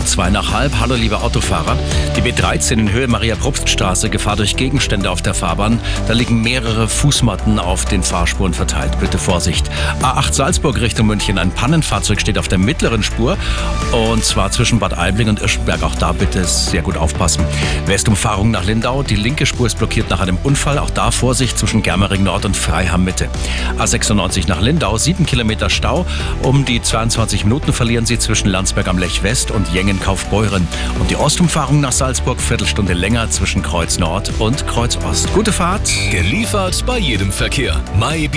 Lindau 2 nach halb. Hallo liebe Autofahrer. Die B13 in Höhe Maria-Probst-Straße, Gefahr durch Gegenstände auf der Fahrbahn. Da liegen mehrere Fußmatten auf den Fahrspuren verteilt. Bitte Vorsicht. A8 Salzburg Richtung München. Ein Pannenfahrzeug steht auf der mittleren Spur. Und zwar zwischen Bad Aibling und Irschenberg. Auch da bitte sehr gut aufpassen. Westumfahrung nach Lindau. Die linke Spur ist blockiert nach einem Unfall. Auch da Vorsicht zwischen Germering Nord und Freiham Mitte. A96 nach Lindau. 7 Kilometer Stau. Um die 22 Minuten verlieren Sie zwischen Landsberg am Lech West und Jengen-Kaufbeuren. Und die Ostumfahrung nach Salzburg, Viertelstunde länger zwischen Kreuz Nord und Kreuz Ost. Gute Fahrt. Geliefert bei jedem Verkehr.